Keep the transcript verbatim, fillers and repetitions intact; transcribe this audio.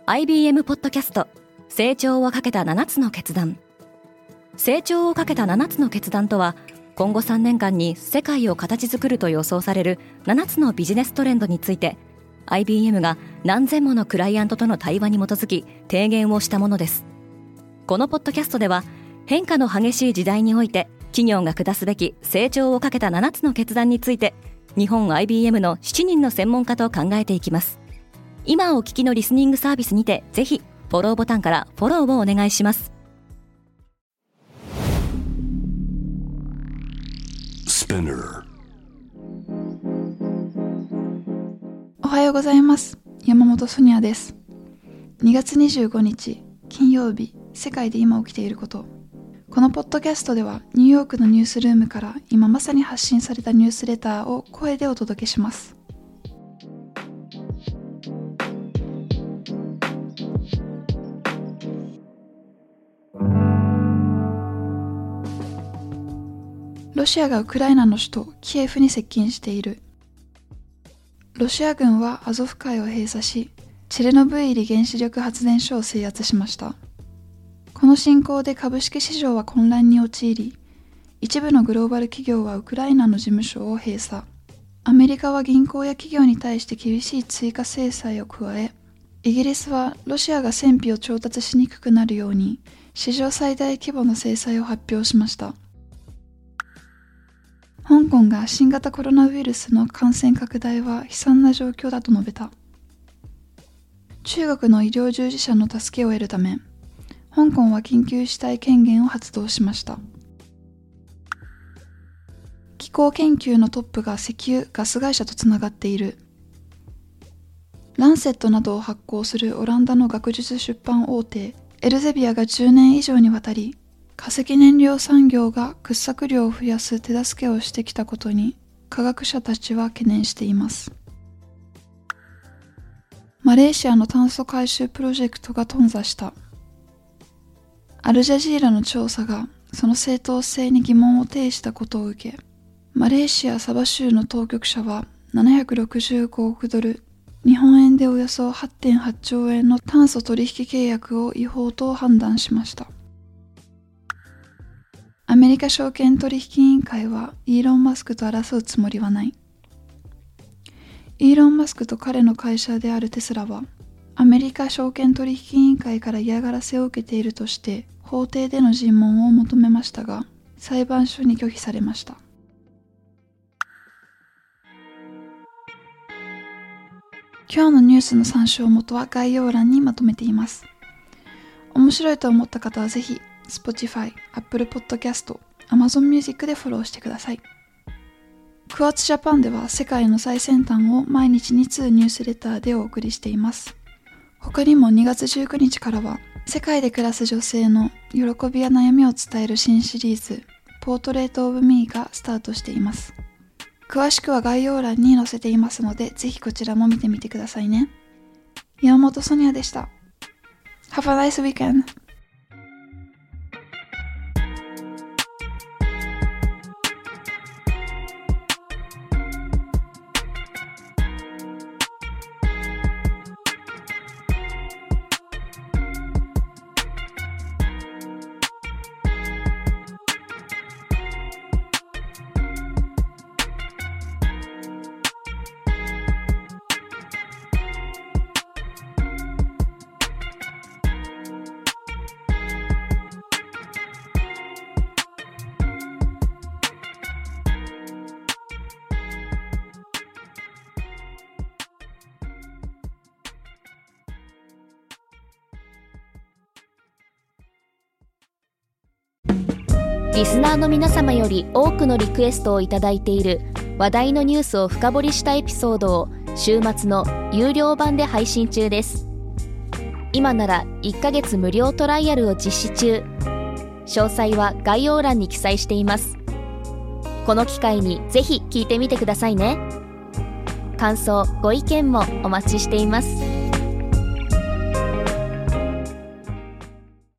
アイビーエム ポッドキャスト成長をかけたななつの決断。成長をかけたななつの決断とは、今後さんねんかんに世界を形作ると予想されるななつのビジネストレンドについて アイビーエム が何千ものクライアントとの対話に基づき提言をしたものです。このポッドキャストでは、変化の激しい時代において企業が下すべき成長をかけたななつの決断について、日本 アイビーエム のしちにんの専門家と考えていきます。今お聞きのリスニングサービスにて、ぜひフォローボタンからフォローをお願いします。 おはようございます。山本ソニアです。にがつにじゅうごにち金曜日、世界で今起きていること。このポッドキャストでは、ニューヨークのニュースルームから今まさに発信されたニュースレターを声でお届けします。ロシアがウクライナの首都キエフに接近している。ロシア軍はアゾフ海を閉鎖し、チェルノブイリ原子力発電所を制圧しました。この侵攻で株式市場は混乱に陥り、一部のグローバル企業はウクライナの事務所を閉鎖。アメリカは銀行や企業に対して厳しい追加制裁を加え、イギリスはロシアが戦費を調達しにくくなるように、史上最大規模の制裁を発表しました。香港が新型コロナウイルスの感染拡大は悲惨な状況だと述べた。中国の医療従事者の助けを得るため、香港は緊急事態宣言を発動しました。気候研究のトップが石油・ガス会社とつながっている。ランセットなどを発行するオランダの学術出版大手エルゼビアがじゅうねん以上にわたり、化石燃料産業が掘削量を増やす手助けをしてきたことに科学者たちは懸念しています。マレーシアの炭素回収プロジェクトが頓挫した。アルジャジーラの調査がその正当性に疑問を呈したことを受け、マレーシア・サバ州の当局者はななひゃくろくじゅうごおくドル、日本円でおよそ はってんはちちょうえんの炭素取引契約を違法と判断しました。アメリカ証券取引委員会はイーロン・マスクと争うつもりはない。イーロン・マスクと彼の会社であるテスラは、アメリカ証券取引委員会から嫌がらせを受けているとして法廷での尋問を求めましたが、裁判所に拒否されました。今日のニュースの参照元は概要欄にまとめています。面白いと思った方はぜひSpotify、Apple Podcast、Amazon Music でフォローしてください。クワーツジャパンでは世界の最先端を毎日につうニュースレターでお送りしています。他にもにがつじゅうくにちからは世界で暮らす女性の喜びや悩みを伝える新シリーズポートレートオブミーがスタートしています。詳しくは概要欄に載せていますので、ぜひこちらも見てみてくださいね。山本ソニアでした。Have a nice weekend! リスナーの皆様より多くのリクエストをいただいている話題のニュースを深掘りしたエピソードを週末の有料版で配信中です。今ならいっかげつ無料トライアルを実施中。詳細は概要欄に記載しています。この機会にぜひ聞いてみてくださいね。感想、ご意見もお待ちしています。